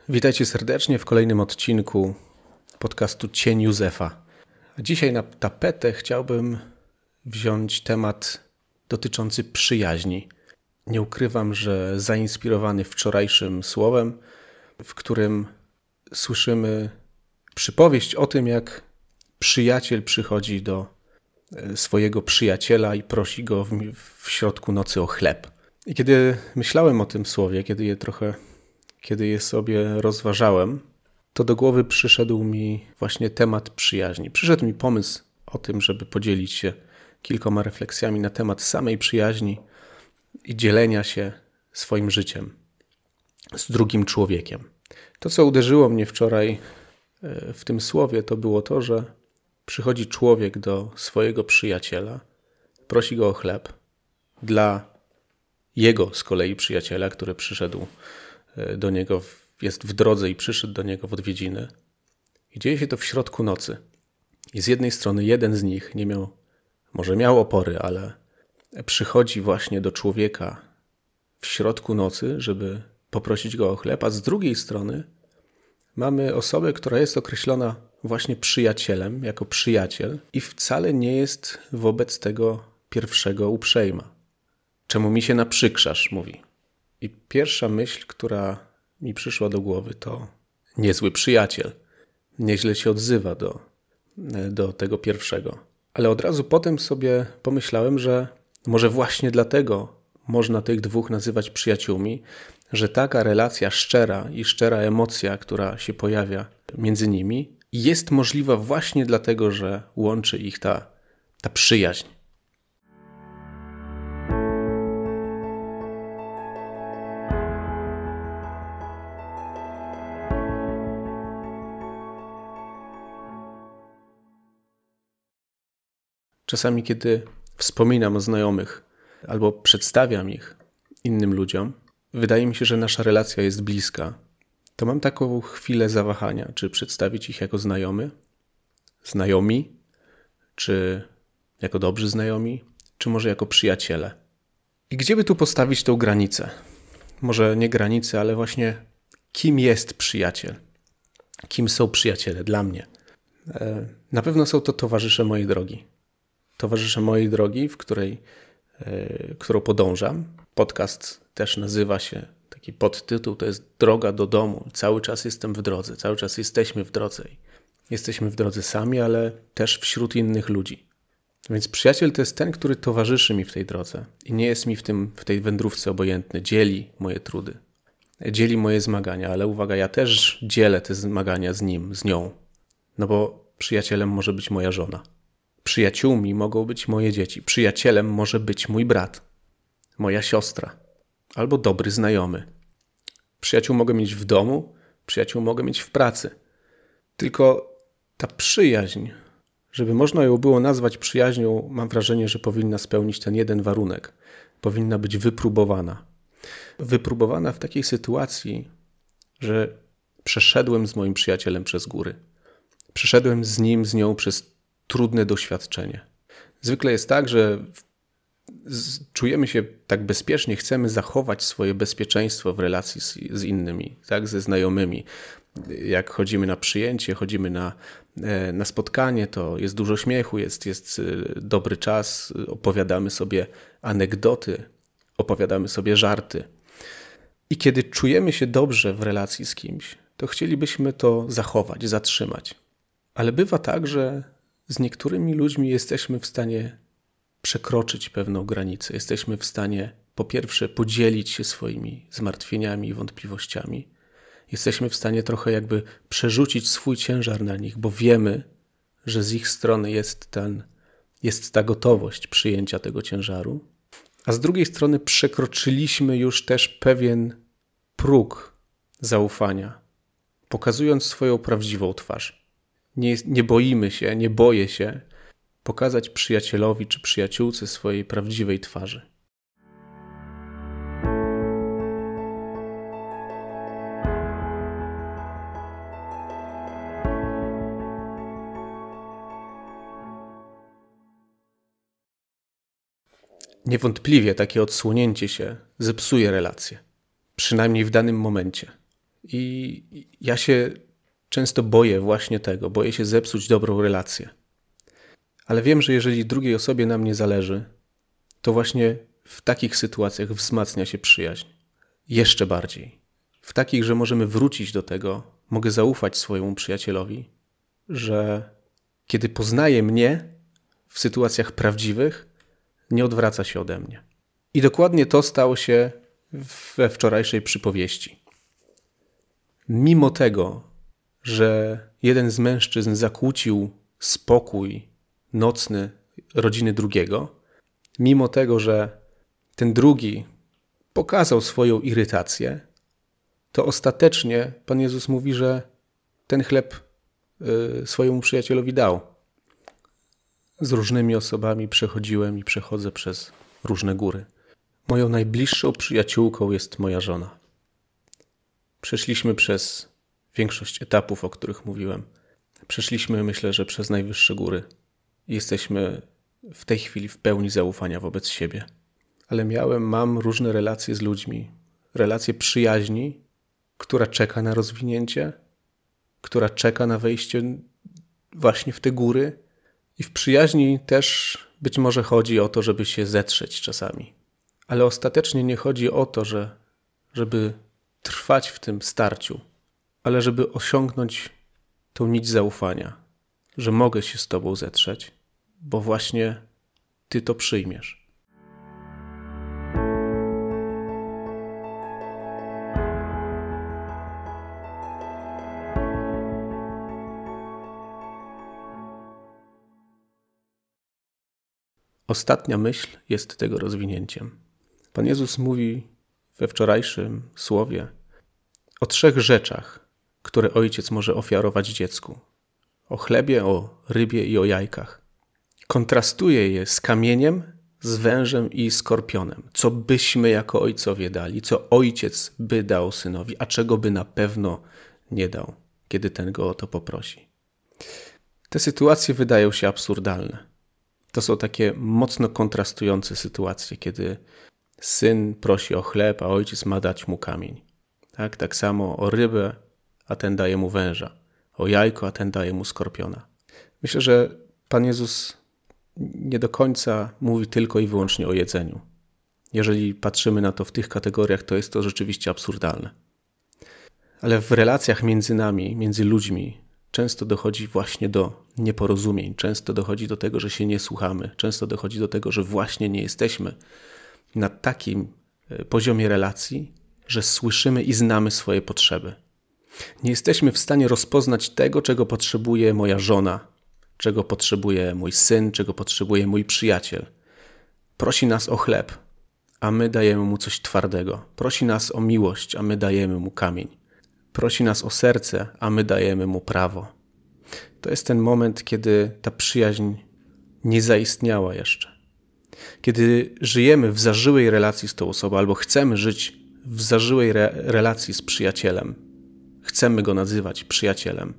Witajcie serdecznie w kolejnym odcinku podcastu Cień Józefa. Dzisiaj na tapetę chciałbym wziąć temat dotyczący przyjaźni. Nie ukrywam, że zainspirowany wczorajszym słowem, w którym słyszymy przypowieść o tym, jak przyjaciel przychodzi do swojego przyjaciela i prosi go w środku nocy o chleb. I kiedy myślałem o tym słowie, kiedy je sobie rozważałem, to do głowy przyszedł mi właśnie temat przyjaźni. Przyszedł mi pomysł o tym, żeby podzielić się kilkoma refleksjami na temat samej przyjaźni i dzielenia się swoim życiem z drugim człowiekiem. To, co uderzyło mnie wczoraj w tym słowie, to było to, że przychodzi człowiek do swojego przyjaciela, prosi go o chleb dla jego z kolei przyjaciela, który przyszedł do niego, jest w drodze i przyszedł do niego w odwiedziny. I dzieje się to w środku nocy. I z jednej strony jeden z nich może miał opory, ale przychodzi właśnie do człowieka w środku nocy, żeby poprosić go o chleb, a z drugiej strony mamy osobę, która jest określona właśnie przyjacielem, jako przyjaciel i wcale nie jest wobec tego pierwszego uprzejma. Czemu mi się naprzykrzasz, mówi. I pierwsza myśl, która mi przyszła do głowy, to niezły przyjaciel. Nieźle się odzywa do tego pierwszego. Ale od razu potem sobie pomyślałem, że może właśnie dlatego można tych dwóch nazywać przyjaciółmi, że taka relacja szczera i szczera emocja, która się pojawia między nimi, jest możliwa właśnie dlatego, że łączy ich ta przyjaźń. Czasami, kiedy wspominam o znajomych albo przedstawiam ich innym ludziom, wydaje mi się, że nasza relacja jest bliska. To mam taką chwilę zawahania, czy przedstawić ich jako znajomi, czy jako dobrzy znajomi, czy może jako przyjaciele. I gdzie by tu postawić tą granicę? Może nie granicę, ale właśnie kim jest przyjaciel? Kim są przyjaciele dla mnie? Na pewno są to towarzysze mojej drogi. Towarzysze mojej drogi, którą podążam. Podcast też nazywa się, taki podtytuł to jest Droga do domu. Cały czas jestem w drodze, cały czas jesteśmy w drodze. Jesteśmy w drodze sami, ale też wśród innych ludzi. Więc przyjaciel to jest ten, który towarzyszy mi w tej drodze i nie jest mi w tej wędrówce obojętny. Dzieli moje trudy, dzieli moje zmagania, ale uwaga, ja też dzielę te zmagania z nim, z nią. No bo przyjacielem może być moja żona. Przyjaciółmi mogą być moje dzieci. Przyjacielem może być mój brat, moja siostra albo dobry znajomy. Przyjaciół mogę mieć w domu, przyjaciół mogę mieć w pracy. Tylko ta przyjaźń, żeby można ją było nazwać przyjaźnią, mam wrażenie, że powinna spełnić ten jeden warunek. Powinna być wypróbowana. Wypróbowana w takiej sytuacji, że przeszedłem z moim przyjacielem przez góry. Przeszedłem z nim, z nią przez trudne doświadczenie. Zwykle jest tak, że czujemy się tak bezpiecznie, chcemy zachować swoje bezpieczeństwo w relacji z innymi, tak, ze znajomymi. Jak chodzimy na przyjęcie, chodzimy na spotkanie, to jest dużo śmiechu, jest dobry czas, opowiadamy sobie anegdoty, opowiadamy sobie żarty. I kiedy czujemy się dobrze w relacji z kimś, to chcielibyśmy to zachować, zatrzymać. Ale bywa tak, że z niektórymi ludźmi jesteśmy w stanie przekroczyć pewną granicę. Jesteśmy w stanie, po pierwsze, podzielić się swoimi zmartwieniami i wątpliwościami. Jesteśmy w stanie trochę jakby przerzucić swój ciężar na nich, bo wiemy, że z ich strony jest ta gotowość przyjęcia tego ciężaru. A z drugiej strony przekroczyliśmy już też pewien próg zaufania, pokazując swoją prawdziwą twarz. Nie boimy się, nie boję się pokazać przyjacielowi czy przyjaciółce swojej prawdziwej twarzy. Niewątpliwie takie odsłonięcie się zepsuje relacje, przynajmniej w danym momencie. I ja się często boję właśnie tego, boję się zepsuć dobrą relację. Ale wiem, że jeżeli drugiej osobie na mnie zależy, to właśnie w takich sytuacjach wzmacnia się przyjaźń. Jeszcze bardziej. W takich, że możemy wrócić do tego, mogę zaufać swojemu przyjacielowi, że kiedy poznaje mnie w sytuacjach prawdziwych, nie odwraca się ode mnie. I dokładnie to stało się we wczorajszej przypowieści. Mimo tego, że jeden z mężczyzn zakłócił spokój nocny rodziny drugiego, mimo tego, że ten drugi pokazał swoją irytację, to ostatecznie Pan Jezus mówi, że ten chleb swojemu przyjacielowi dał. Z różnymi osobami przechodziłem i przechodzę przez różne góry. Moją najbliższą przyjaciółką jest moja żona. Przeszliśmy przez większość etapów, o których mówiłem. Przeszliśmy, myślę, że przez najwyższe góry. Jesteśmy w tej chwili w pełni zaufania wobec siebie. Ale mam różne relacje z ludźmi. Relacje przyjaźni, która czeka na rozwinięcie, która czeka na wejście właśnie w te góry. I w przyjaźni też być może chodzi o to, żeby się zetrzeć czasami. Ale ostatecznie nie chodzi o to, żeby trwać w tym starciu, ale żeby osiągnąć tą nić zaufania, że mogę się z Tobą zetrzeć, bo właśnie Ty to przyjmiesz. Ostatnia myśl jest tego rozwinięciem. Pan Jezus mówi we wczorajszym słowie o 3 rzeczach, które ojciec może ofiarować dziecku. O chlebie, o rybie i o jajkach. Kontrastuje je z kamieniem, z wężem i skorpionem. Co byśmy jako ojcowie dali, co ojciec by dał synowi, a czego by na pewno nie dał, kiedy ten go o to poprosi. Te sytuacje wydają się absurdalne. To są takie mocno kontrastujące sytuacje, kiedy syn prosi o chleb, a ojciec ma dać mu kamień. Tak samo o rybę, a ten daje mu węża. O jajko, a ten daje mu skorpiona. Myślę, że Pan Jezus nie do końca mówi tylko i wyłącznie o jedzeniu. Jeżeli patrzymy na to w tych kategoriach, to jest to rzeczywiście absurdalne. Ale w relacjach między nami, między ludźmi, często dochodzi właśnie do nieporozumień, często dochodzi do tego, że się nie słuchamy, często dochodzi do tego, że właśnie nie jesteśmy na takim poziomie relacji, że słyszymy i znamy swoje potrzeby. Nie jesteśmy w stanie rozpoznać tego, czego potrzebuje moja żona, czego potrzebuje mój syn, czego potrzebuje mój przyjaciel. Prosi nas o chleb, a my dajemy mu coś twardego. Prosi nas o miłość, a my dajemy mu kamień. Prosi nas o serce, a my dajemy mu prawo. To jest ten moment, kiedy ta przyjaźń nie zaistniała jeszcze. Kiedy żyjemy w zażyłej relacji z tą osobą, albo chcemy żyć w zażyłej relacji z przyjacielem, chcemy go nazywać przyjacielem,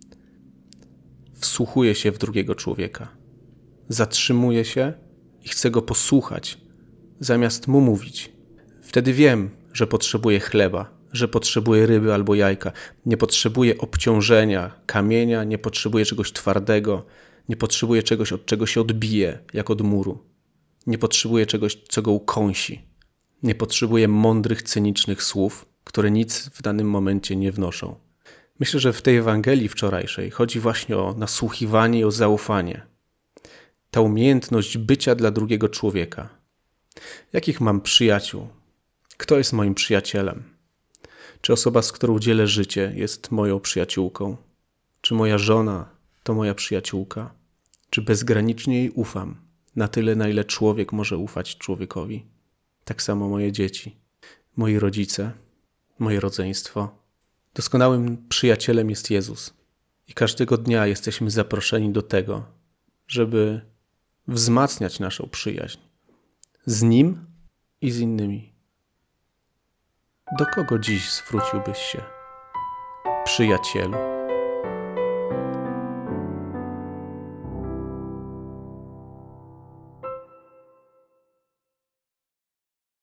wsłuchuję się w drugiego człowieka, zatrzymuję się i chcę go posłuchać, zamiast mu mówić. Wtedy wiem, że potrzebuję chleba, że potrzebuję ryby albo jajka. Nie potrzebuję obciążenia kamienia, nie potrzebuję czegoś twardego, nie potrzebuję czegoś, od czego się odbije, jak od muru. Nie potrzebuję czegoś, co go ukąsi. Nie potrzebuję mądrych, cynicznych słów, które nic w danym momencie nie wnoszą. Myślę, że w tej Ewangelii wczorajszej chodzi właśnie o nasłuchiwanie i o zaufanie. Ta umiejętność bycia dla drugiego człowieka. Jakich mam przyjaciół? Kto jest moim przyjacielem? Czy osoba, z którą dzielę życie, jest moją przyjaciółką? Czy moja żona to moja przyjaciółka? Czy bezgranicznie jej ufam? Na tyle, na ile człowiek może ufać człowiekowi. Tak samo moje dzieci, moi rodzice, moje rodzeństwo. Doskonałym przyjacielem jest Jezus. I każdego dnia jesteśmy zaproszeni do tego, żeby wzmacniać naszą przyjaźń z Nim i z innymi. Do kogo dziś zwróciłbyś się, przyjacielu?